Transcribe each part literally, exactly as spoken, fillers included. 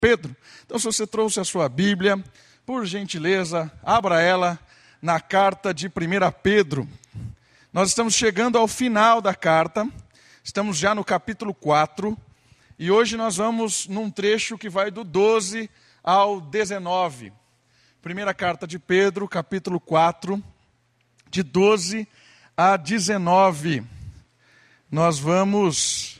Pedro. Então, se você trouxe a sua Bíblia, por gentileza, abra ela na carta de primeira Pedro. Nós estamos chegando ao final da carta, estamos já no capítulo quatro, e hoje nós vamos num trecho que vai do doze ao dezenove. Primeira carta de Pedro, capítulo quatro, de doze a dezenove. Nós vamos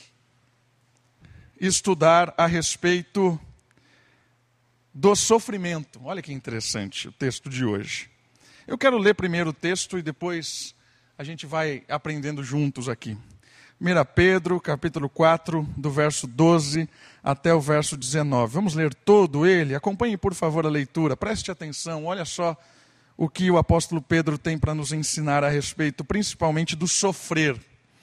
estudar a respeito do sofrimento. Olha que interessante o texto de hoje. Eu quero ler primeiro o texto e depois a gente vai aprendendo juntos aqui. primeira Pedro, capítulo quatro, do verso doze até o verso dezenove. Vamos ler todo ele? Acompanhe, por favor, a leitura. Preste atenção, olha só o que o apóstolo Pedro tem para nos ensinar a respeito, principalmente do sofrer.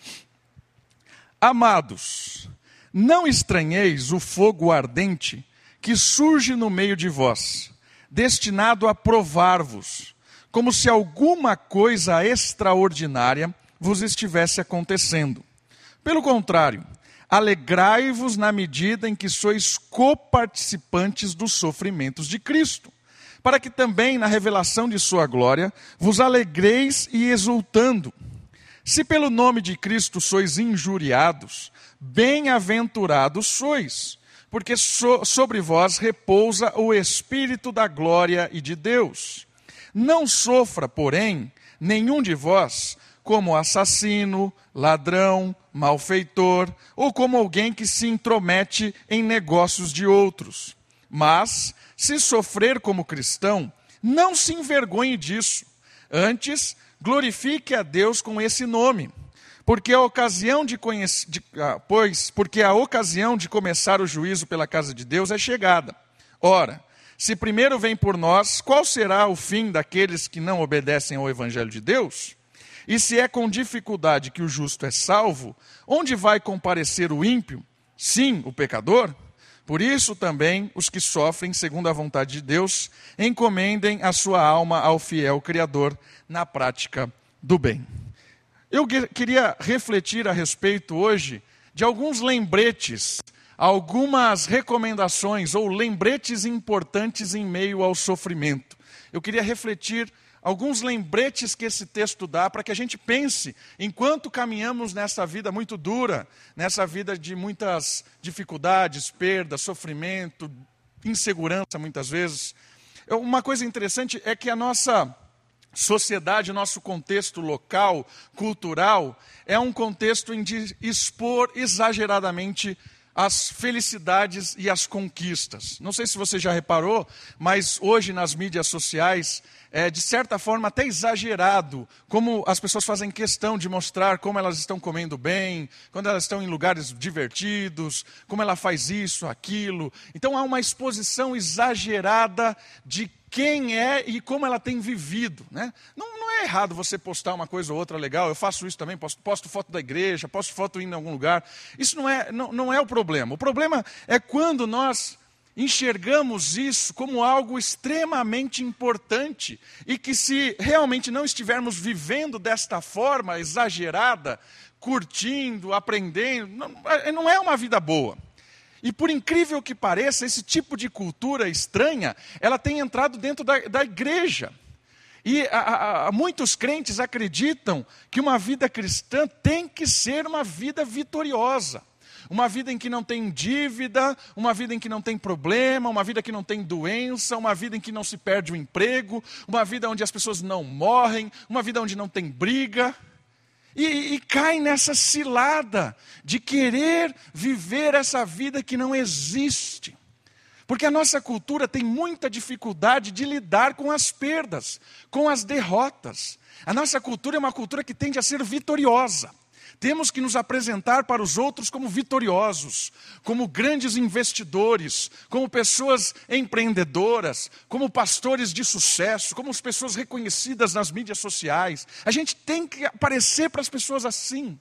Amados, não estranheis o fogo ardente que surge no meio de vós, destinado a provar-vos, como se alguma coisa extraordinária vos estivesse acontecendo. Pelo contrário, alegrai-vos na medida em que sois coparticipantes dos sofrimentos de Cristo, para que também na revelação de sua glória vos alegreis e exultando. Se pelo nome de Cristo sois injuriados, bem-aventurados sois, porque so, sobre vós repousa o Espírito da glória e de Deus. Não sofra, porém, nenhum de vós como assassino, ladrão, malfeitor, ou como alguém que se intromete em negócios de outros. Mas, se sofrer como cristão, não se envergonhe disso. Antes, glorifique a Deus com esse nome, porque a ocasião de conhecer, de, ah, pois, porque a ocasião de começar o juízo pela casa de Deus é chegada. Ora, se primeiro vem por nós, qual será o fim daqueles que não obedecem ao Evangelho de Deus? E se é com dificuldade que o justo é salvo, onde vai comparecer o ímpio? Sim, o pecador? Por isso também os que sofrem segundo a vontade de Deus, encomendem a sua alma ao fiel Criador na prática do bem. Eu queria refletir a respeito hoje de alguns lembretes, algumas recomendações ou lembretes importantes em meio ao sofrimento. Eu queria refletir alguns lembretes que esse texto dá para que a gente pense, enquanto caminhamos nessa vida muito dura, nessa vida de muitas dificuldades, perdas, sofrimento, insegurança muitas vezes. Uma coisa interessante é que a nossa sociedade, o nosso contexto local, cultural, é um contexto em de expor exageradamente as felicidades e as conquistas. Não sei se você já reparou, mas hoje nas mídias sociais, é de certa forma até exagerado, como as pessoas fazem questão de mostrar como elas estão comendo bem, quando elas estão em lugares divertidos, como ela faz isso, aquilo. Então há uma exposição exagerada de quem é e como ela tem vivido, né? Não, não é errado você postar uma coisa ou outra legal, eu faço isso também, posto, posto foto da igreja, posto foto indo em algum lugar. Isso não é, não, não é o problema. O problema é quando nós enxergamos isso como algo extremamente importante e que, se realmente não estivermos vivendo desta forma exagerada, curtindo, aprendendo, não, não é uma vida boa. E por incrível que pareça, esse tipo de cultura estranha, ela tem entrado dentro da, da igreja. E a, a, a, muitos crentes acreditam que uma vida cristã tem que ser uma vida vitoriosa. Uma vida em que não tem dívida, uma vida em que não tem problema, uma vida que não tem doença, uma vida em que não se perde o emprego, uma vida onde as pessoas não morrem, uma vida onde não tem briga. E, e cai nessa cilada de querer viver essa vida que não existe. Porque a nossa cultura tem muita dificuldade de lidar com as perdas, com as derrotas. A nossa cultura é uma cultura que tende a ser vitoriosa. Temos que nos apresentar para os outros como vitoriosos, como grandes investidores, como pessoas empreendedoras, como pastores de sucesso, como pessoas reconhecidas nas mídias sociais. A gente tem que aparecer para as pessoas assim.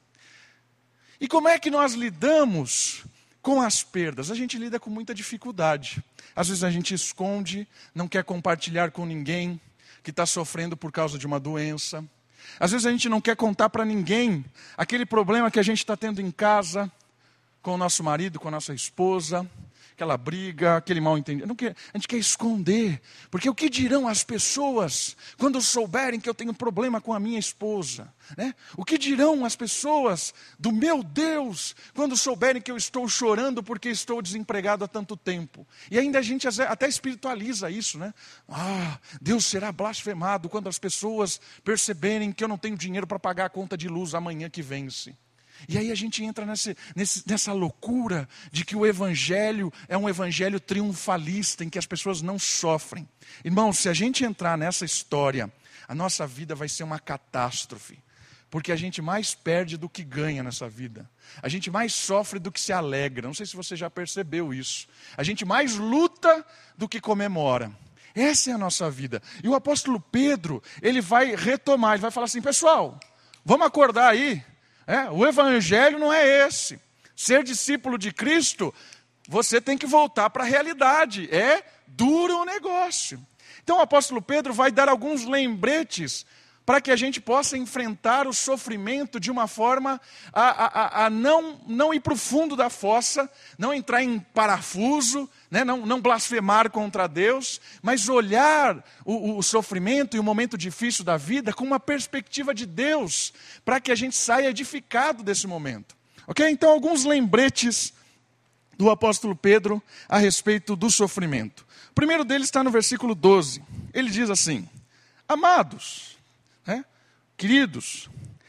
E como é que nós lidamos com as perdas? A gente lida com muita dificuldade. Às vezes a gente esconde, não quer compartilhar com ninguém que está sofrendo por causa de uma doença. Às vezes a gente não quer contar para ninguém aquele problema que a gente está tendo em casa, com o nosso marido, com a nossa esposa, aquela briga, aquele mal entendido. Não quer, a gente quer esconder, porque o que dirão as pessoas quando souberem que eu tenho problema com a minha esposa? Né? O que dirão as pessoas do meu Deus quando souberem que eu estou chorando porque estou desempregado há tanto tempo? E ainda a gente até espiritualiza isso, né? Ah, Deus será blasfemado quando as pessoas perceberem que eu não tenho dinheiro para pagar a conta de luz amanhã que vence. E aí a gente entra nesse, nesse, nessa loucura de que o evangelho é um evangelho triunfalista, em que as pessoas não sofrem. Irmãos, se a gente entrar nessa história, a nossa vida vai ser uma catástrofe. Porque a gente mais perde do que ganha nessa vida. A gente mais sofre do que se alegra. Não sei se você já percebeu isso. A gente mais luta do que comemora. Essa é a nossa vida. E o apóstolo Pedro, ele vai retomar, ele vai falar assim, pessoal, vamos acordar aí. É, o evangelho não é esse. Ser discípulo de Cristo, você tem que voltar para a realidade. É duro o negócio. Então o apóstolo Pedro vai dar alguns lembretes para que a gente possa enfrentar o sofrimento de uma forma a, a, a não, não ir para o fundo da fossa, não entrar em parafuso, né? não, não blasfemar contra Deus, mas olhar o, o sofrimento e o momento difícil da vida com uma perspectiva de Deus, para que a gente saia edificado desse momento. Ok? Então, alguns lembretes do apóstolo Pedro a respeito do sofrimento. O primeiro deles está no versículo doze. Ele diz assim, amados, É? queridos,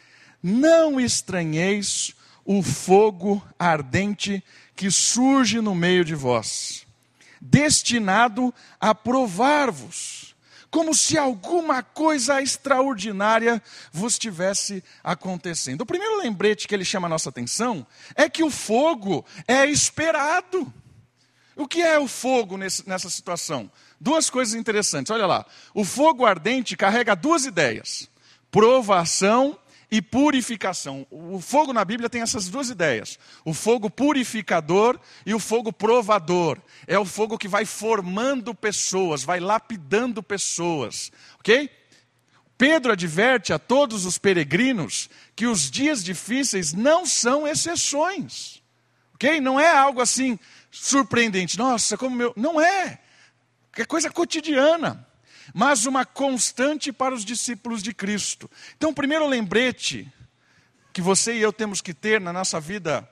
não estranheis o fogo ardente que surge no meio de vós, destinado a provar-vos, como se alguma coisa extraordinária vos estivesse acontecendo. O primeiro lembrete que ele chama a nossa atenção é que o fogo é esperado. O que é o fogo nesse, nessa situação? Duas coisas interessantes, olha lá. O fogo ardente carrega duas ideias. Provação e purificação. O fogo na Bíblia tem essas duas ideias. O fogo purificador e o fogo provador. É o fogo que vai formando pessoas, vai lapidando pessoas. Ok? Pedro adverte a todos os peregrinos que os dias difíceis não são exceções. Ok? Não é algo assim surpreendente. Nossa, como meu... Não é. É coisa cotidiana, mas uma constante para os discípulos de Cristo. Então, o primeiro lembrete que você e eu temos que ter na nossa vida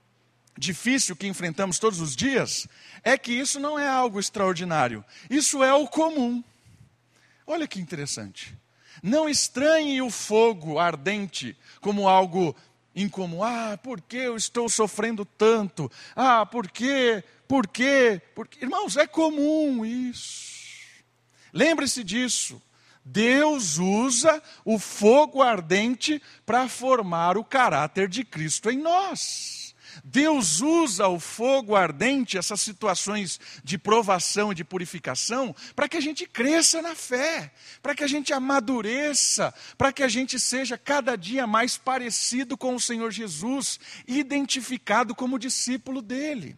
difícil que enfrentamos todos os dias, é que isso não é algo extraordinário. Isso é o comum. Olha que interessante. Não estranhe o fogo ardente como algo incomum. Ah, por que eu estou sofrendo tanto? Ah, por quê? Por quê? Porque, irmãos, é comum isso. Lembre-se disso. Deus usa o fogo ardente para formar o caráter de Cristo em nós. Deus usa o fogo ardente, essas situações de provação e de purificação, para que a gente cresça na fé, para que a gente amadureça, para que a gente seja cada dia mais parecido com o Senhor Jesus, identificado como discípulo dele.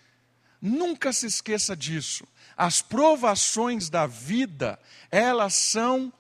Nunca se esqueça disso. As provações da vida, elas são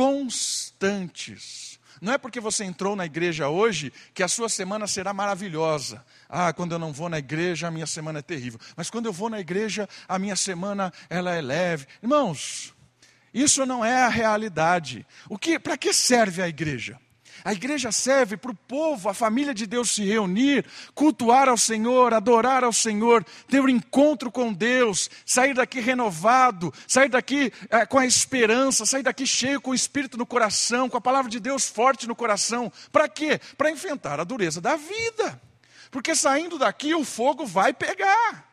constantes. Não é porque você entrou na igreja hoje que a sua semana será maravilhosa. Ah, quando eu não vou na igreja, a minha semana é terrível. Mas quando eu vou na igreja, a minha semana ela é leve. Irmãos, isso não é a realidade. O que, para que serve a igreja? A igreja serve para o povo, a família de Deus se reunir, cultuar ao Senhor, adorar ao Senhor, ter um encontro com Deus, sair daqui renovado, sair daqui é, com a esperança, sair daqui cheio com o Espírito no coração, com a palavra de Deus forte no coração. Para quê? Para enfrentar a dureza da vida. Porque saindo daqui o fogo vai pegar.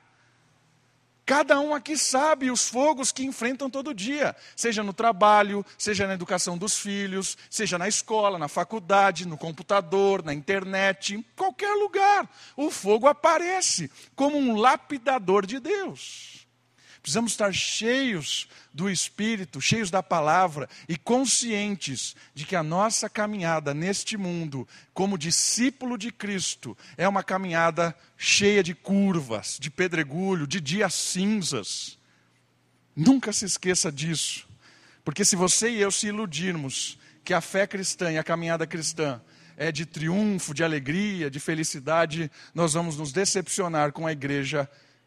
Cada um aqui sabe os fogos que enfrentam todo dia, seja no trabalho, seja na educação dos filhos, seja na escola, na faculdade, no computador, na internet, em qualquer lugar. O fogo aparece como um lapidador de Deus. Precisamos estar cheios do Espírito, cheios da palavra e conscientes de que a nossa caminhada neste mundo, como discípulo de Cristo, é uma caminhada cheia de curvas, de pedregulho, de dias cinzas. Nunca se esqueça disso, porque se você e eu se iludirmos que a fé cristã e a caminhada cristã é de triunfo, de alegria, de felicidade, nós vamos nos decepcionar com a igreja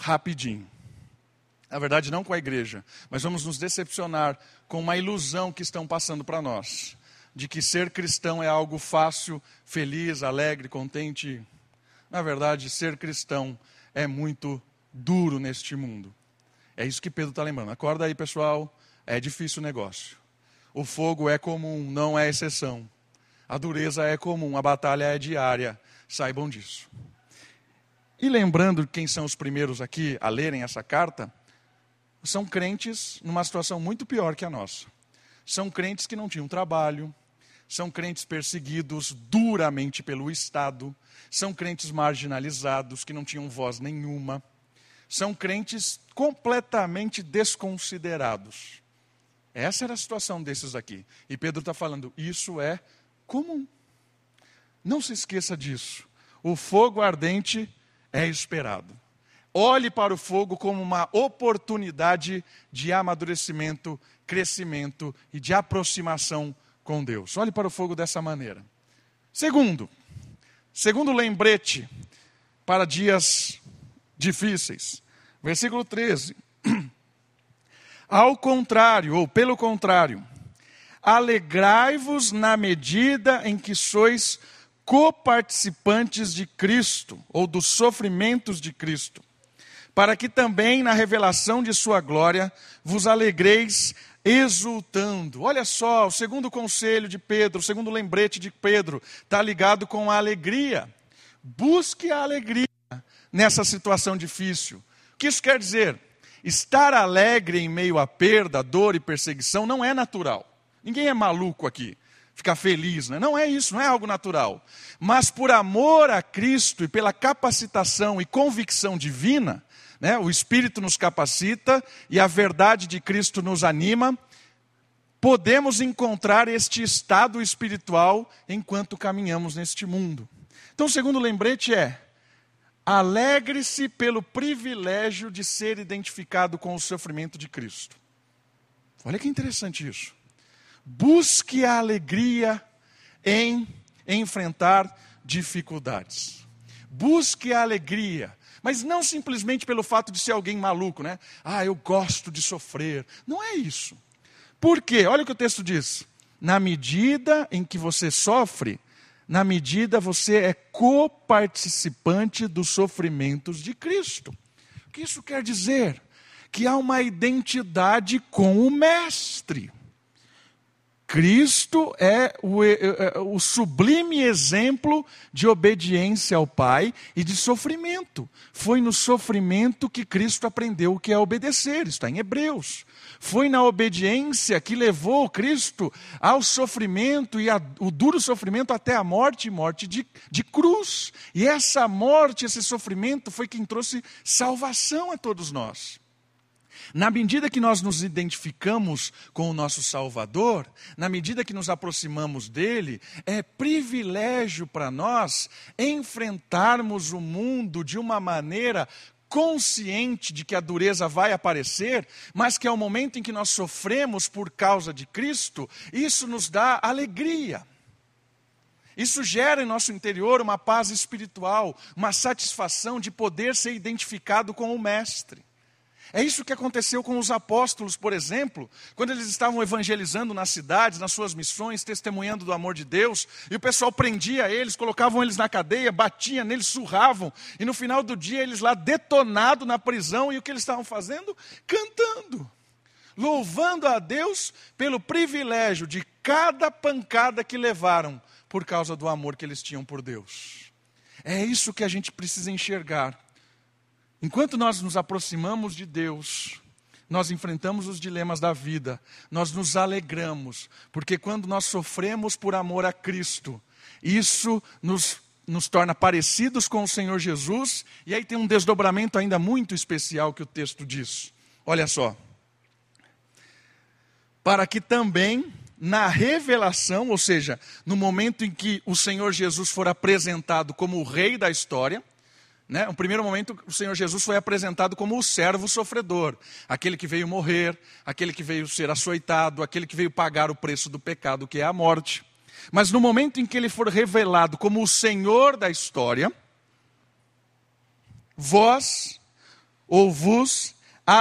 rapidinho. Na verdade, não com a igreja, mas vamos nos decepcionar com uma ilusão que estão passando para nós, de que ser cristão é algo fácil, feliz, alegre, contente. Na verdade, ser cristão é muito duro neste mundo. É isso que Pedro está lembrando. Acorda aí, pessoal, é difícil o negócio. O fogo é comum, não é exceção. A dureza é comum, a batalha é diária. Saibam disso. E lembrando quem são os primeiros aqui a lerem essa carta, são crentes numa situação muito pior que a nossa. São crentes que não tinham trabalho, são crentes perseguidos duramente pelo Estado, são crentes marginalizados que não tinham voz nenhuma, são crentes completamente desconsiderados. Essa era a situação desses aqui. E Pedro está falando, isso é comum. Não se esqueça disso. O fogo ardente é esperado. Olhe para o fogo como uma oportunidade de amadurecimento, crescimento e de aproximação com Deus. Olhe para o fogo dessa maneira. Segundo, segundo lembrete para dias difíceis. Versículo treze. Ao contrário, ou pelo contrário, alegrai-vos na medida em que sois coparticipantes de Cristo, ou dos sofrimentos de Cristo, para que também na revelação de sua glória vos alegreis exultando. Olha só, o segundo conselho de Pedro, o segundo lembrete de Pedro, está ligado com a alegria. Busque a alegria nessa situação difícil. O que isso quer dizer? Estar alegre em meio à perda, dor e perseguição não é natural. Ninguém é maluco aqui, ficar feliz, né? Não é isso, não é algo natural. Mas por amor a Cristo e pela capacitação e convicção divina, né, o Espírito nos capacita e a verdade de Cristo nos anima, podemos encontrar este estado espiritual enquanto caminhamos neste mundo. Então o segundo lembrete é, alegre-se pelo privilégio de ser identificado com o sofrimento de Cristo. Olha que interessante isso. Busque a alegria em enfrentar dificuldades. Busque a alegria, mas não simplesmente pelo fato de ser alguém maluco, né? Ah, eu gosto de sofrer. Não é isso. Por quê? Olha o que o texto diz. Na medida em que você sofre, na medida você é coparticipante dos sofrimentos de Cristo. O que isso quer dizer? Que há uma identidade com o Mestre. Cristo é o, é o sublime exemplo de obediência ao Pai e de sofrimento. Foi no sofrimento que Cristo aprendeu o que é obedecer, está em Hebreus. Foi na obediência que levou Cristo ao sofrimento e a, o duro sofrimento até a morte, morte de, de cruz. E essa morte, esse sofrimento foi quem trouxe salvação a todos nós. Na medida que nós nos identificamos com o nosso Salvador, na medida que nos aproximamos dele, é privilégio para nós enfrentarmos o mundo de uma maneira consciente de que a dureza vai aparecer, mas que ao momento em que nós sofremos por causa de Cristo, isso nos dá alegria. Isso gera em nosso interior uma paz espiritual, uma satisfação de poder ser identificado com o Mestre. É isso que aconteceu com os apóstolos, por exemplo, quando eles estavam evangelizando nas cidades, nas suas missões, testemunhando do amor de Deus, e o pessoal prendia eles, colocavam eles na cadeia, batia neles, surravam, e no final do dia eles lá detonados na prisão, e o que eles estavam fazendo? Cantando, louvando a Deus pelo privilégio de cada pancada que levaram, por causa do amor que eles tinham por Deus. É isso que a gente precisa enxergar. Enquanto nós nos aproximamos de Deus, nós enfrentamos os dilemas da vida, nós nos alegramos, porque quando nós sofremos por amor a Cristo, isso nos, nos torna parecidos com o Senhor Jesus, e aí tem um desdobramento ainda muito especial que o texto diz. Olha só. Para que também, na revelação, ou seja, no momento em que o Senhor Jesus for apresentado como o rei da história, né? No primeiro momento, o Senhor Jesus foi apresentado como o servo sofredor, aquele que veio morrer, aquele que veio ser açoitado, aquele que veio pagar o preço do pecado, que é a morte. Mas no momento em que ele for revelado como o Senhor da história, vós, ou vos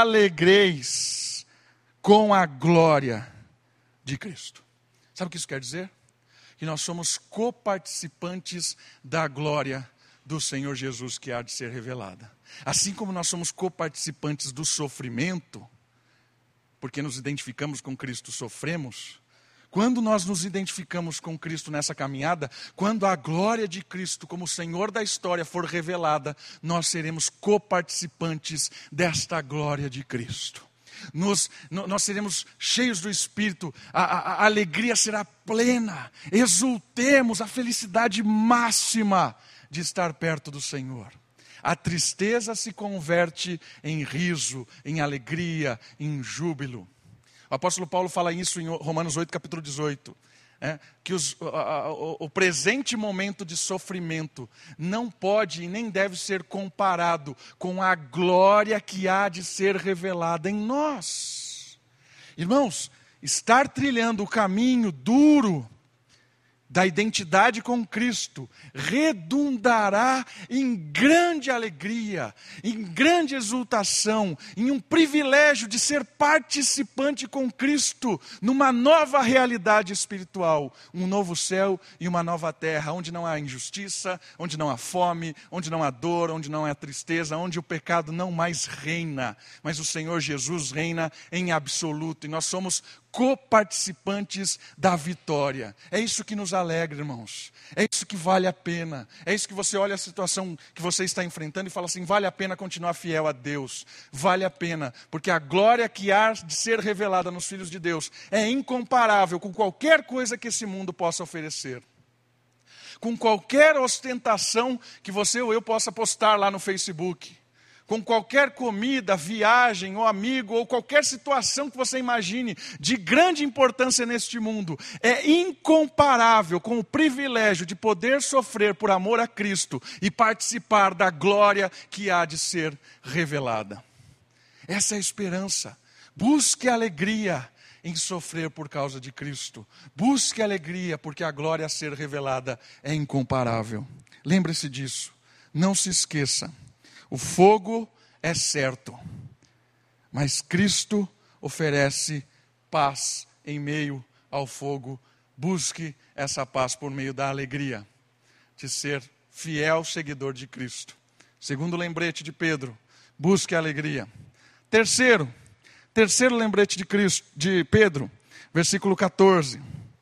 alegreis com a glória de Cristo. Sabe o que isso quer dizer? Que nós somos coparticipantes da glória do Senhor Jesus que há de ser revelada. Assim como nós somos coparticipantes do sofrimento, porque nos identificamos com Cristo, sofremos. Quando nós nos identificamos com Cristo nessa caminhada, quando a glória de Cristo como Senhor da história for revelada, nós seremos coparticipantes desta glória de Cristo. Nos, nós seremos cheios do Espírito, a, a, a alegria será plena, exultemos a felicidade máxima de estar perto do Senhor. A tristeza se converte em riso, em alegria, em júbilo. O apóstolo Paulo fala isso em Romanos oito, capítulo dezoito. É, que os, a, a, o presente momento de sofrimento não pode e nem deve ser comparado com a glória que há de ser revelada em nós. Irmãos, estar trilhando o caminho duro da identidade com Cristo redundará em grande alegria, em grande exultação, em um privilégio de ser participante com Cristo numa nova realidade espiritual, um novo céu e uma nova terra, onde não há injustiça, onde não há fome, onde não há dor, onde não há tristeza, onde o pecado não mais reina, mas o Senhor Jesus reina em absoluto, e nós somos coparticipantes da vitória. É isso que nos alegra, irmãos. É isso que vale a pena. É isso que você olha a situação que você está enfrentando e fala assim, vale a pena continuar fiel a Deus. Vale a pena, porque a glória que há de ser revelada nos filhos de Deus é incomparável com qualquer coisa que esse mundo possa oferecer. Com qualquer ostentação que você ou eu possa postar lá no Facebook. Com qualquer comida, viagem, ou amigo, ou qualquer situação que você imagine de grande importância neste mundo, é incomparável com o privilégio de poder sofrer por amor a Cristo e participar da glória que há de ser revelada. Essa é a esperança. Busque alegria em sofrer por causa de Cristo. Busque alegria, porque a glória a ser revelada é incomparável. Lembre-se disso. Não se esqueça. O fogo é certo, mas Cristo oferece paz em meio ao fogo. Busque essa paz por meio da alegria de ser fiel seguidor de Cristo. Segundo lembrete de Pedro, busque a alegria. Terceiro, terceiro lembrete de Cristo, de Pedro, versículo catorze.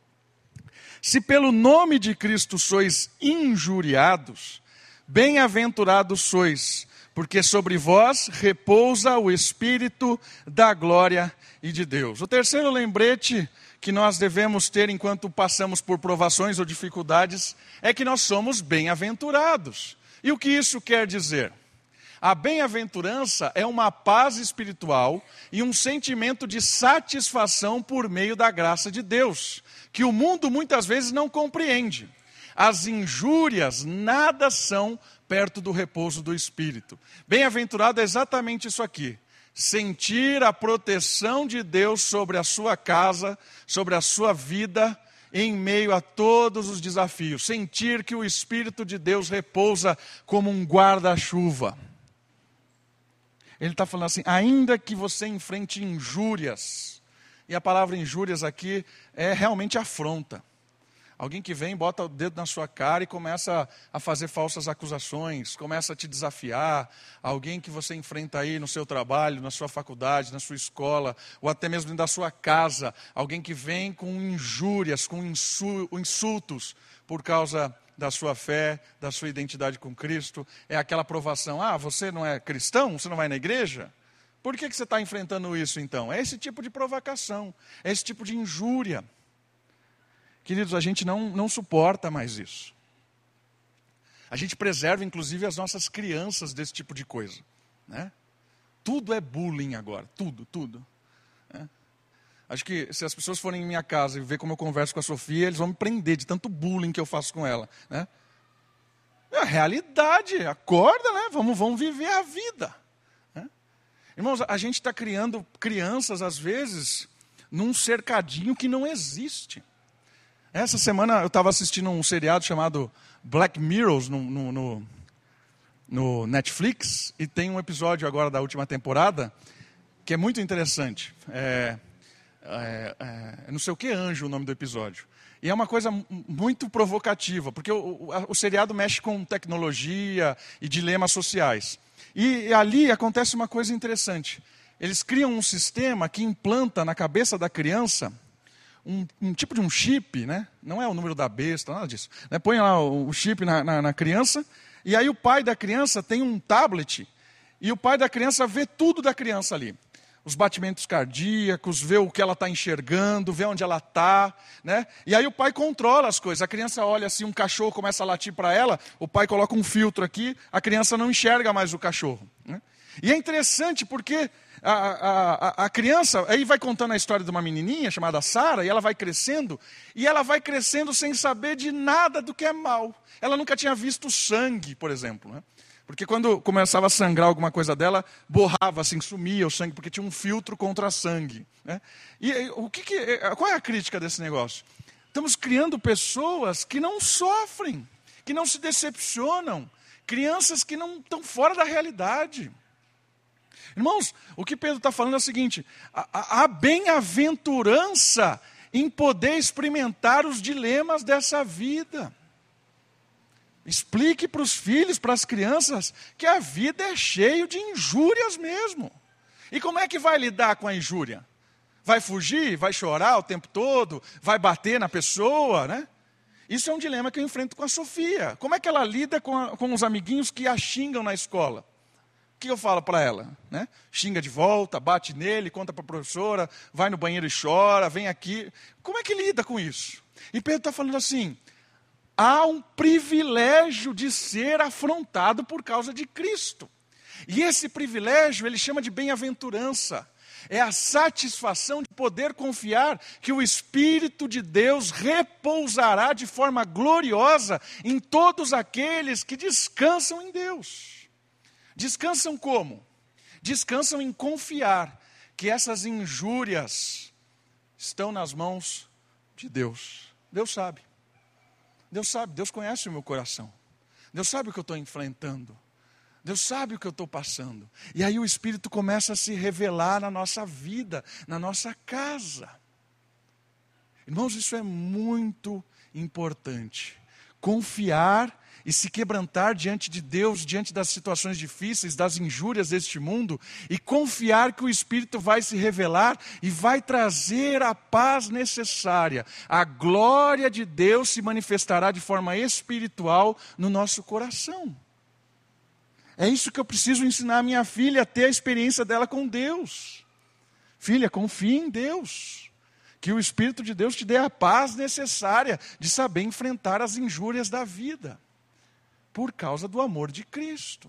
Se pelo nome de Cristo sois injuriados, bem-aventurados sois, porque sobre vós repousa o Espírito da glória e de Deus. O terceiro lembrete que nós devemos ter enquanto passamos por provações ou dificuldades é que nós somos bem-aventurados. E o que isso quer dizer? A bem-aventurança é uma paz espiritual e um sentimento de satisfação por meio da graça de Deus, que o mundo muitas vezes não compreende. As injúrias nada são perto do repouso do Espírito. Bem-aventurado é exatamente isso aqui. Sentir a proteção de Deus sobre a sua casa, sobre a sua vida, em meio a todos os desafios. Sentir que o Espírito de Deus repousa como um guarda-chuva. Ele está falando assim, ainda que você enfrente injúrias, e a palavra injúrias aqui é realmente afronta. Alguém que vem, bota o dedo na sua cara e começa a fazer falsas acusações, começa a te desafiar. Alguém que você enfrenta aí no seu trabalho, na sua faculdade, na sua escola, ou até mesmo da sua casa. Alguém que vem com injúrias, com insultos por causa da sua fé, da sua identidade com Cristo. É aquela provação, ah, você não é cristão? Você não vai na igreja? Por que que você está enfrentando isso então? É esse tipo de provocação, é esse tipo de injúria. Queridos, a gente não, não suporta mais isso. A gente preserva, inclusive, as nossas crianças desse tipo de coisa. Né? Tudo é bullying agora, tudo, tudo. Né? Acho que se as pessoas forem em minha casa e ver como eu converso com a Sofia, eles vão me prender de tanto bullying que eu faço com ela. Né? É a realidade, acorda, né? vamos, vamos viver a vida. Né? Irmãos, a gente está criando crianças, às vezes, num cercadinho que não existe. Essa semana eu estava assistindo um seriado chamado Black Mirror no, no, no, no Netflix, e tem um episódio agora da última temporada que é muito interessante. É, é, é, não sei o que anjo o nome do episódio. E é uma coisa muito provocativa, porque o, o, o seriado mexe com tecnologia e dilemas sociais. E, e ali acontece uma coisa interessante. Eles criam um sistema que implanta na cabeça da criança um, um tipo de um chip, né? Não é o número da besta, nada disso. Né? Põe lá o, o chip na, na, na criança, e aí o pai da criança tem um tablet, e o pai da criança vê tudo da criança ali. Os batimentos cardíacos, vê o que ela está enxergando, vê onde ela está, né? E aí o pai controla as coisas. A criança olha assim, um cachorro começa a latir para ela, o pai coloca um filtro aqui, a criança não enxerga mais o cachorro, né? E é interessante porque a, a, a, a criança, aí vai contando a história de uma menininha chamada Sara, e ela vai crescendo, e ela vai crescendo sem saber de nada do que é mal. Ela nunca tinha visto sangue, por exemplo, né? Porque quando começava a sangrar alguma coisa dela, borrava, assim, sumia o sangue, porque tinha um filtro contra sangue, né? E o que que, qual é a crítica desse negócio? Estamos criando pessoas que não sofrem, que não se decepcionam, crianças que não estão fora da realidade. Irmãos, o que Pedro está falando é o seguinte: a, a, a bem-aventurança em poder experimentar os dilemas dessa vida. Explique para os filhos, para as crianças, que a vida é cheia de injúrias mesmo. E como é que vai lidar com a injúria? Vai fugir? Vai chorar o tempo todo? Vai bater na pessoa, né? Isso é um dilema que eu enfrento com a Sofia. Como é que ela lida com, a, com os amiguinhos que a xingam na escola? O que eu falo para ela? Né? Xinga de volta, bate nele, conta para a professora, vai no banheiro e chora, vem aqui. Como é que lida com isso? E Pedro está falando assim: há um privilégio de ser afrontado por causa de Cristo. E esse privilégio ele chama de bem-aventurança. É a satisfação de poder confiar que o Espírito de Deus repousará de forma gloriosa em todos aqueles que descansam em Deus. Descansam como? Descansam em confiar que essas injúrias estão nas mãos de Deus. Deus sabe. Deus sabe, Deus conhece o meu coração. Deus sabe o que eu estou enfrentando. Deus sabe o que eu estou passando. E aí o Espírito começa a se revelar na nossa vida, na nossa casa. Irmãos, isso é muito importante. Confiar e se quebrantar diante de Deus, diante das situações difíceis, das injúrias deste mundo, e confiar que o Espírito vai se revelar e vai trazer a paz necessária. A glória de Deus se manifestará de forma espiritual no nosso coração. É isso que eu preciso ensinar a minha filha, a ter a experiência dela com Deus. Filha, confie em Deus. Que o Espírito de Deus te dê a paz necessária de saber enfrentar as injúrias da vida. Por causa do amor de Cristo.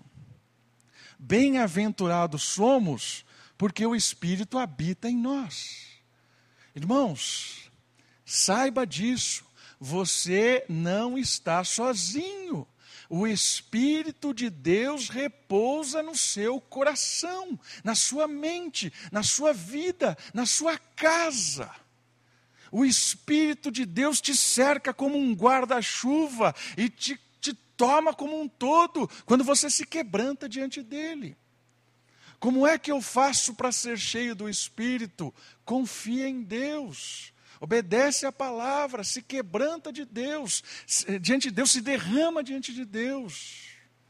Bem-aventurados somos, porque o Espírito habita em nós. Irmãos, saiba disso, você não está sozinho. O Espírito de Deus repousa no seu coração, na sua mente, na sua vida, na sua casa. O Espírito de Deus te cerca como um guarda-chuva e te toma como um todo, quando você se quebranta diante dele. Como é que eu faço para ser cheio do Espírito? Confia em Deus, obedece a palavra, se quebranta de Deus, diante de Deus, se derrama diante de Deus.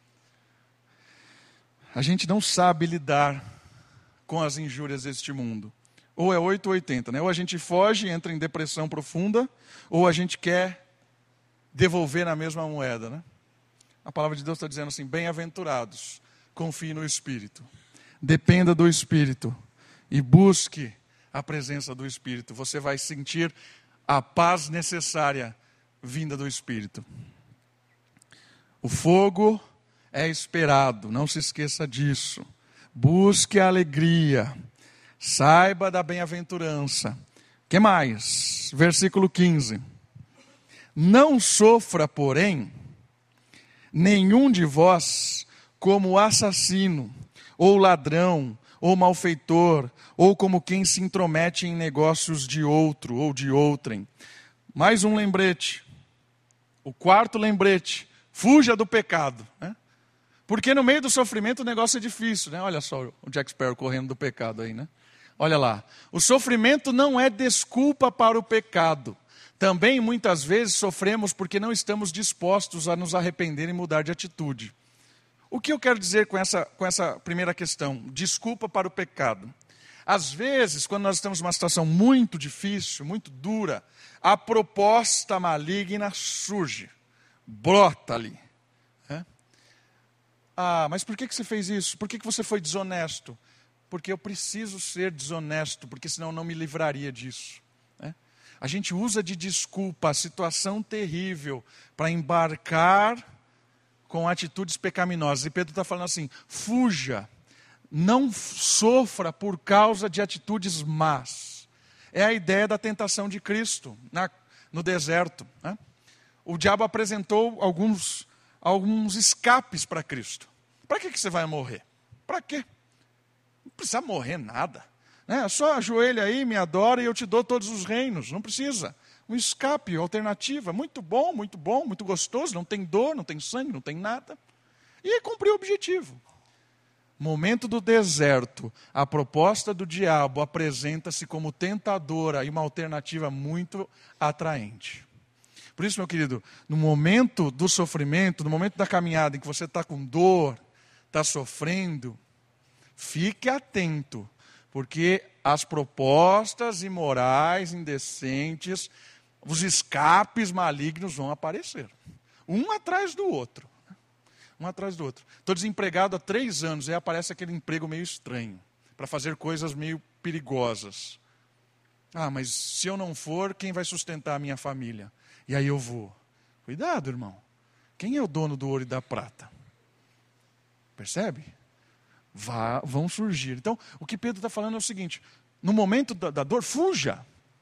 A gente não sabe lidar com as injúrias deste mundo. Ou é oito ou oitenta, né? Ou a gente foge, entra em depressão profunda, ou a gente quer devolver na mesma moeda, né? A palavra de Deus está dizendo assim: bem-aventurados, confie no Espírito. Dependa do Espírito e busque a presença do Espírito. Você vai sentir a paz necessária vinda do Espírito. O fogo é esperado, não se esqueça disso. Busque a alegria, saiba da bem-aventurança. O que mais? Versículo quinze. Não sofra, porém, nenhum de vós como assassino, ou ladrão, ou malfeitor, ou como quem se intromete em negócios de outro ou de outrem. Mais um lembrete. O quarto lembrete: fuja do pecado, né? Porque no meio do sofrimento o negócio é difícil, né? Olha só o Jack Sparrow correndo do pecado aí, né? Olha lá. O sofrimento não é desculpa para o pecado. Também, muitas vezes, sofremos porque não estamos dispostos a nos arrepender e mudar de atitude. O que eu quero dizer com essa, com essa primeira questão? Desculpa para o pecado. Às vezes, quando nós estamos numa situação muito difícil, muito dura, a proposta maligna surge, brota ali. É? Ah, mas por que você fez isso? Por que você foi desonesto? Porque eu preciso ser desonesto, porque senão eu não me livraria disso. É? A gente usa de desculpa a situação terrível para embarcar com atitudes pecaminosas. E Pedro está falando assim, fuja. Não sofra por causa de atitudes más. É a ideia da tentação de Cristo na, no deserto. Né? O diabo apresentou alguns, alguns escapes para Cristo. Para que, que você vai morrer? Para quê? Não precisa morrer nada. Né? Só ajoelha aí, me adora e eu te dou todos os reinos. Não precisa. Um escape, alternativa. Muito bom, muito bom, muito gostoso. Não tem dor, não tem sangue, não tem nada. E cumpriu o objetivo. Momento do deserto, a proposta do diabo apresenta-se como tentadora e uma alternativa muito atraente. Por isso, meu querido, no momento do sofrimento, no momento da caminhada em que você está com dor, está sofrendo, fique atento, porque as propostas imorais, indecentes, os escapes malignos vão aparecer, um atrás do outro. Um atrás do outro. Estou desempregado há três anos, aí aparece aquele emprego meio estranho, para fazer coisas meio perigosas. Ah, mas se eu não for, quem vai sustentar a minha família? E aí eu vou. Cuidado, irmão. Quem é o dono do ouro e da prata? Percebe? Vá, vão surgir. Então, o que Pedro está falando é o seguinte, no momento da, da dor, fuja.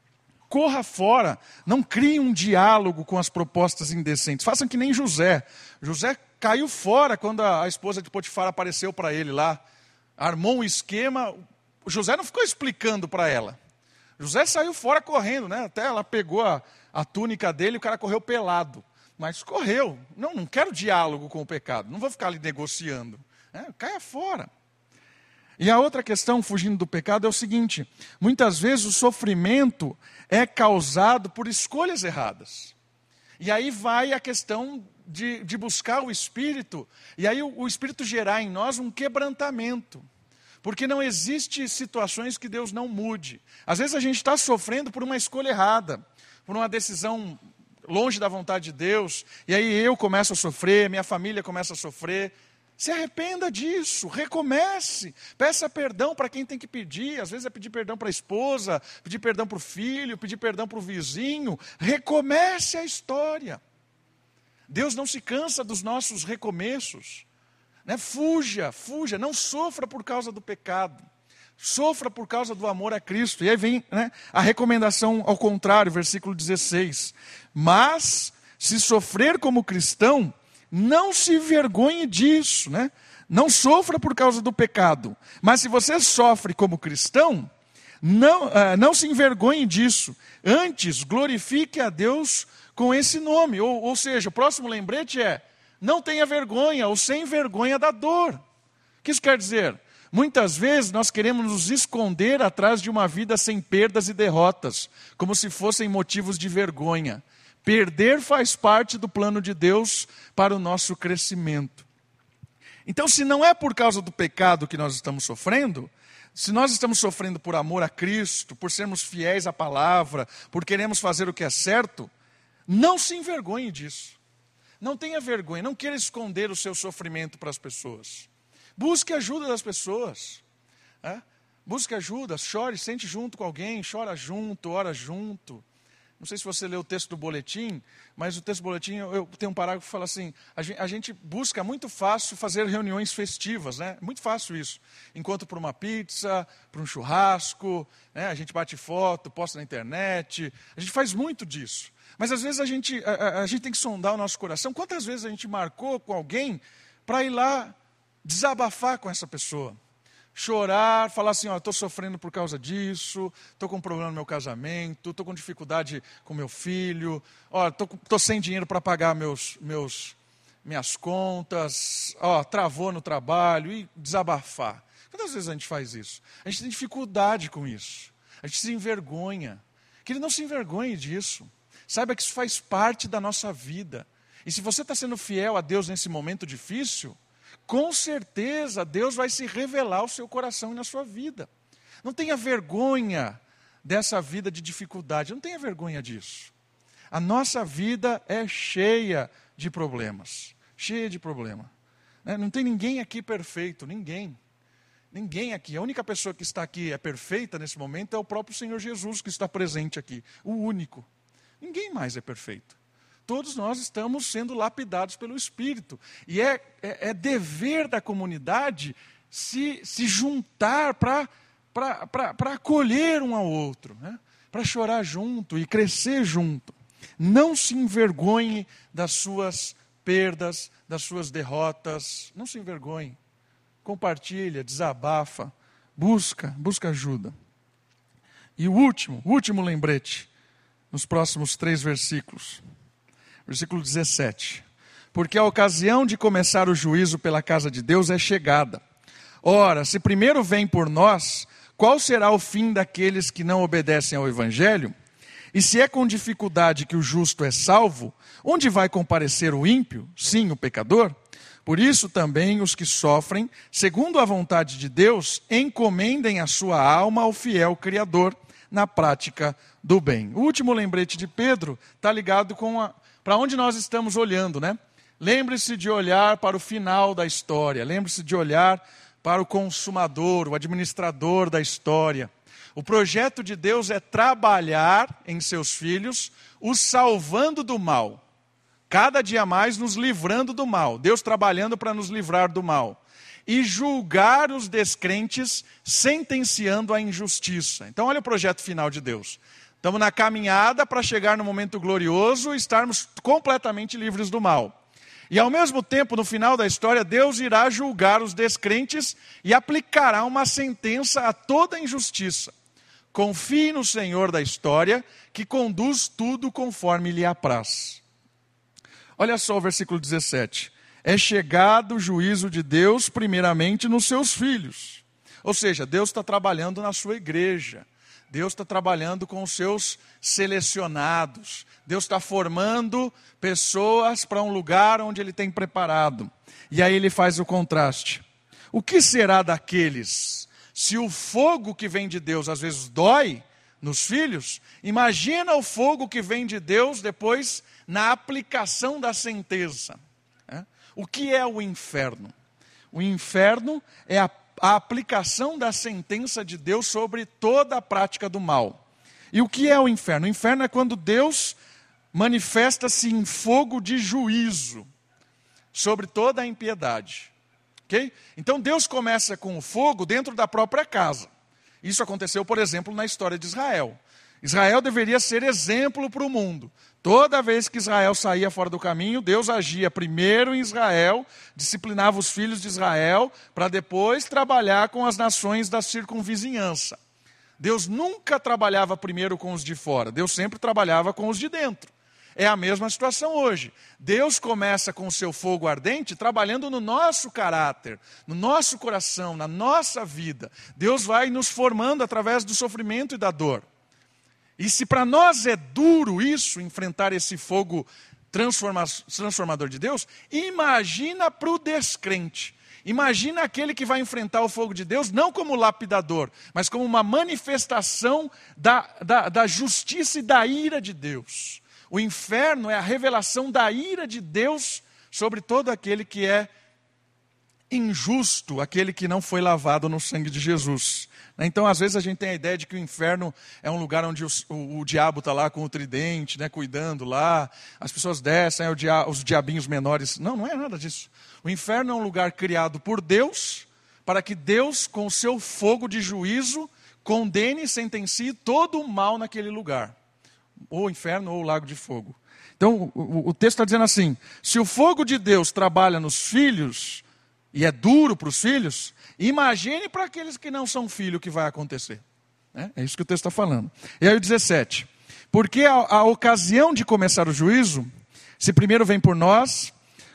Corra fora. Não crie um diálogo com as propostas indecentes. Façam que nem José. José caiu fora quando a esposa de Potifar apareceu para ele lá. Armou um esquema. O José não ficou explicando para ela. José saiu fora correndo, né? Até ela pegou a, a túnica dele e o cara correu pelado. Mas correu. Não, não quero diálogo com o pecado. Não vou ficar ali negociando. É, caia fora. E a outra questão, fugindo do pecado, é o seguinte. Muitas vezes o sofrimento é causado por escolhas erradas. E aí vai a questão de, de buscar o Espírito, e aí o, o Espírito gerar em nós um quebrantamento. Porque não existe situações que Deus não mude. Às vezes a gente está sofrendo por uma escolha errada, por uma decisão longe da vontade de Deus, e aí eu começo a sofrer, minha família começa a sofrer. Se arrependa disso, recomece, peça perdão para quem tem que pedir, às vezes é pedir perdão para a esposa, pedir perdão para o filho, pedir perdão para o vizinho, recomece a história. Deus não se cansa dos nossos recomeços, né? Fuja, fuja, não sofra por causa do pecado, sofra por causa do amor a Cristo. E aí vem, né, a recomendação ao contrário, versículo dezesseis, mas se sofrer como cristão, não se envergonhe disso, né? Não sofra por causa do pecado. Mas se você sofre como cristão, não, uh, não se envergonhe disso. Antes, glorifique a Deus com esse nome. Ou, ou seja, o próximo lembrete é, não tenha vergonha, ou sem vergonha da dor. O que isso quer dizer? Muitas vezes nós queremos nos esconder atrás de uma vida sem perdas e derrotas, como se fossem motivos de vergonha. Perder faz parte do plano de Deus para o nosso crescimento. Então, se não é por causa do pecado que nós estamos sofrendo, se nós estamos sofrendo por amor a Cristo, por sermos fiéis à palavra, por queremos fazer o que é certo, não se envergonhe disso. Não tenha vergonha, não queira esconder o seu sofrimento para as pessoas. Busque ajuda das pessoas. É? Busque ajuda, chore, sente junto com alguém, chora junto, ora junto. Não sei se você leu o texto do boletim, mas o texto do boletim, eu tenho um parágrafo que fala assim, a gente, a gente busca muito fácil fazer reuniões festivas, né? Muito fácil isso. Encontro por uma pizza, por um churrasco, né? A gente bate foto, posta na internet, a gente faz muito disso. Mas às vezes a gente, a, a, a gente tem que sondar o nosso coração. Quantas vezes a gente marcou com alguém para ir lá desabafar com essa pessoa? Chorar, falar assim, ó, estou sofrendo por causa disso, estou com um problema no meu casamento, estou com dificuldade com meu filho, ó, estou sem dinheiro para pagar meus, meus, minhas contas, ó, travou no trabalho e desabafar. Quantas vezes a gente faz isso? A gente tem dificuldade com isso. A gente se envergonha. Que ele não se envergonhe disso. Saiba que isso faz parte da nossa vida. E se você está sendo fiel a Deus nesse momento difícil, com certeza Deus vai se revelar ao seu coração e na sua vida. Não tenha vergonha dessa vida de dificuldade. Não tenha vergonha disso. A nossa vida é cheia de problemas. Cheia de problema. Não tem ninguém aqui perfeito. Ninguém. Ninguém aqui. A única pessoa que está aqui é perfeita nesse momento é o próprio Senhor Jesus que está presente aqui. O único. Ninguém mais é perfeito. Todos nós estamos sendo lapidados pelo Espírito. E é, é, é dever da comunidade se, se juntar para acolher um ao outro. Né? Para chorar junto e crescer junto. Não se envergonhe das suas perdas, das suas derrotas. Não se envergonhe. Compartilha, desabafa, busca, busca ajuda. E o último, o último lembrete, nos próximos três versículos. Versículo dezessete. Porque a ocasião de começar o juízo pela casa de Deus é chegada. Ora, se primeiro vem por nós, qual será o fim daqueles que não obedecem ao Evangelho? E se é com dificuldade que o justo é salvo, onde vai comparecer o ímpio? Sim, o pecador? Por isso também os que sofrem, segundo a vontade de Deus, encomendem a sua alma ao fiel Criador na prática do bem. O último lembrete de Pedro está ligado com a, para onde nós estamos olhando, né? Lembre-se de olhar para o final da história, lembre-se de olhar para o consumador, o administrador da história. O projeto de Deus é trabalhar em seus filhos, os salvando do mal. Cada dia mais nos livrando do mal. Deus trabalhando para nos livrar do mal. E julgar os descrentes, sentenciando a injustiça. Então olha o projeto final de Deus. Estamos na caminhada para chegar no momento glorioso e estarmos completamente livres do mal. E ao mesmo tempo, no final da história, Deus irá julgar os descrentes e aplicará uma sentença a toda injustiça. Confie no Senhor da história, que conduz tudo conforme lhe apraz. Olha só o versículo dezessete. É chegado o juízo de Deus, primeiramente, nos seus filhos. Ou seja, Deus está trabalhando na sua igreja. Deus está trabalhando com os seus selecionados. Deus está formando pessoas para um lugar onde Ele tem preparado. E aí Ele faz o contraste. O que será daqueles? Se o fogo que vem de Deus às vezes dói nos filhos, imagina o fogo que vem de Deus depois na aplicação da sentença. O que é o inferno? O inferno é a, a aplicação da sentença de Deus sobre toda a prática do mal. E o que é o inferno? O inferno é quando Deus manifesta-se em fogo de juízo sobre toda a impiedade. Okay? Então Deus começa com o fogo dentro da própria casa. Isso aconteceu, por exemplo, na história de Israel. Israel deveria ser exemplo para o mundo. Toda vez que Israel saía fora do caminho, Deus agia primeiro em Israel, disciplinava os filhos de Israel, para depois trabalhar com as nações da circunvizinhança. Deus nunca trabalhava primeiro com os de fora, Deus sempre trabalhava com os de dentro. É a mesma situação hoje. Deus começa com o seu fogo ardente trabalhando no nosso caráter, no nosso coração, na nossa vida. Deus vai nos formando através do sofrimento e da dor. E se para nós é duro isso, enfrentar esse fogo transforma- transformador de Deus, imagina para o descrente. Imagina aquele que vai enfrentar o fogo de Deus, não como lapidador, mas como uma manifestação da, da, da justiça e da ira de Deus. O inferno é a revelação da ira de Deus sobre todo aquele que é injusto, aquele que não foi lavado no sangue de Jesus. Então, às vezes, a gente tem a ideia de que o inferno é um lugar onde os, o, o diabo está lá com o tridente, né, cuidando lá, as pessoas descem, é o dia, os diabinhos menores. Não, não é nada disso. O inferno é um lugar criado por Deus, para que Deus, com o seu fogo de juízo, condene e sentencie todo o mal naquele lugar. Ou o inferno ou o lago de fogo. Então, o, o texto está dizendo assim, se o fogo de Deus trabalha nos filhos, e é duro para os filhos, imagine para aqueles que não são filhos o que vai acontecer. É, é isso que o texto está falando. E aí o dezessete. Porque a, a ocasião de começar o juízo, se primeiro vem por nós,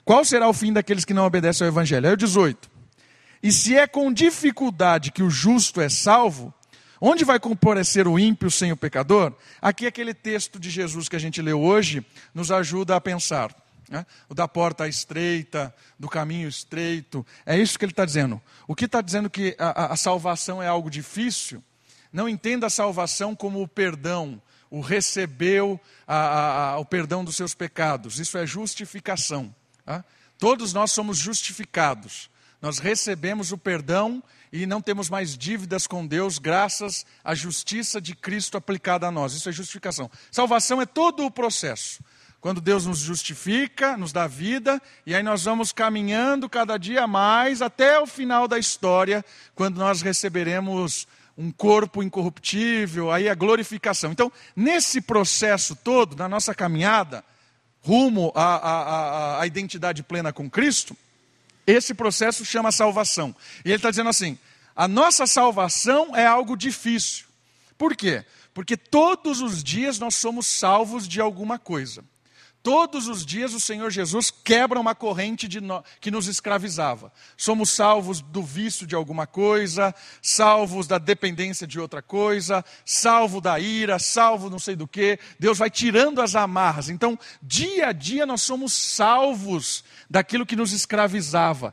Qual será o fim daqueles que não obedecem ao evangelho? Aí o dezoito. E se é com dificuldade que o justo é salvo, onde vai comparecer o ímpio sem o pecador? Aqui aquele texto de Jesus que a gente leu hoje nos ajuda a pensar. Né? O da porta estreita, do caminho estreito. É isso que ele está dizendo. O que está dizendo que a, a salvação é algo difícil? Não entenda a salvação como o perdão. O recebeu a, a, a, o perdão dos seus pecados. Isso é justificação. Tá? Todos nós somos justificados. Nós recebemos o perdão e não temos mais dívidas com Deus graças à justiça de Cristo aplicada a nós. Isso é justificação. Salvação é todo o processo. Quando Deus nos justifica, nos dá vida, e aí nós vamos caminhando cada dia mais até o final da história, quando nós receberemos um corpo incorruptível, aí a glorificação. Então, nesse processo todo, na nossa caminhada, rumo à, à, à, à identidade plena com Cristo, esse processo chama salvação. E ele está dizendo assim, a nossa salvação é algo difícil. Por quê? Porque todos os dias nós somos salvos de alguma coisa. Todos os dias o Senhor Jesus quebra uma corrente de no... que nos escravizava. Somos salvos do vício de alguma coisa, salvos da dependência de outra coisa, salvo da ira, salvo não sei do que. Deus vai tirando as amarras. Então, dia a dia nós somos salvos daquilo que nos escravizava,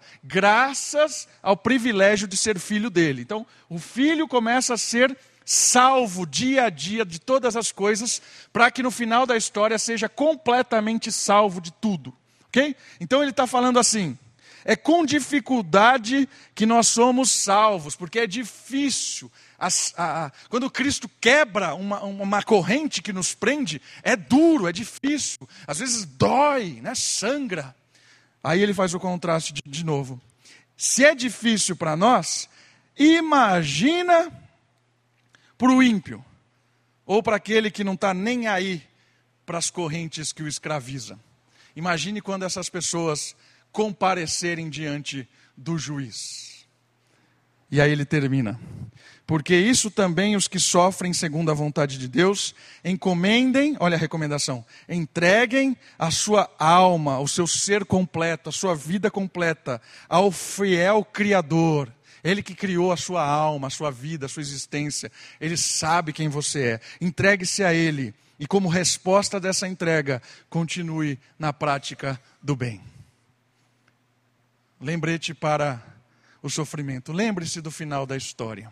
graças ao privilégio de ser filho dele. Então, o filho começa a ser salvo dia a dia de todas as coisas, para que no final da história seja completamente salvo de tudo, ok? Então ele está falando assim, é com dificuldade que nós somos salvos, porque é difícil, a, a, a, quando Cristo quebra uma, uma corrente que nos prende, é duro, é difícil, às vezes dói, né? Sangra. Aí ele faz o contraste de, de novo, se é difícil para nós, imagina para o ímpio, ou para aquele que não está nem aí para as correntes que o escravizam. Imagine quando essas pessoas comparecerem diante do juiz. E aí ele termina. Porque isso também os que sofrem segundo a vontade de Deus, encomendem, olha a recomendação, entreguem a sua alma, o seu ser completo, a sua vida completa, ao fiel Criador. Ele que criou a sua alma, a sua vida, a sua existência. Ele sabe quem você é. Entregue-se a Ele. E como resposta dessa entrega, continue na prática do bem. Lembrete para o sofrimento. Lembre-se do final da história.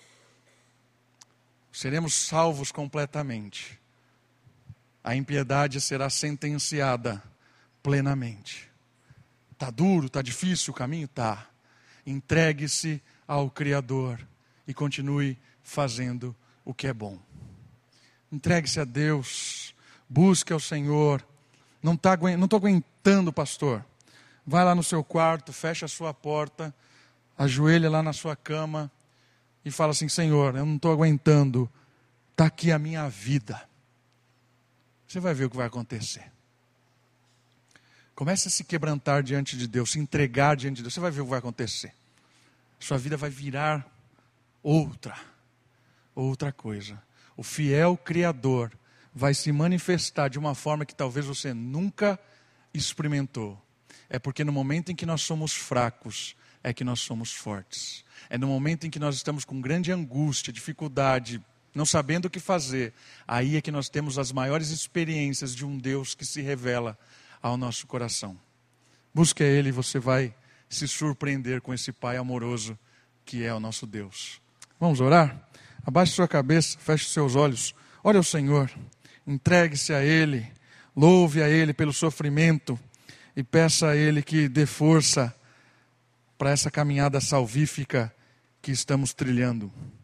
Seremos salvos completamente. A impiedade será sentenciada plenamente. Está duro, está difícil o caminho? Está. Entregue-se ao Criador e continue fazendo o que é bom. Entregue-se a Deus, busque ao Senhor. Não está não estou aguentando, pastor. Vai lá no seu quarto, fecha a sua porta, ajoelha lá na sua cama e fala assim, Senhor, eu não estou aguentando, está aqui a minha vida. Você vai ver o que vai acontecer. Comece a se quebrantar diante de Deus, se entregar diante de Deus. Você vai ver o que vai acontecer. Sua vida vai virar outra, outra coisa. O fiel Criador vai se manifestar de uma forma que talvez você nunca experimentou. É porque no momento em que nós somos fracos, é que nós somos fortes. É no momento em que nós estamos com grande angústia, dificuldade, não sabendo o que fazer. Aí é que nós temos as maiores experiências de um Deus que se revela ao nosso coração. Busque a Ele e você vai se surpreender com esse Pai amoroso que é o nosso Deus. Vamos orar? Abaixe sua cabeça, feche seus olhos, olhe ao Senhor, entregue-se a Ele, louve a Ele pelo sofrimento e peça a Ele que dê força para essa caminhada salvífica que estamos trilhando.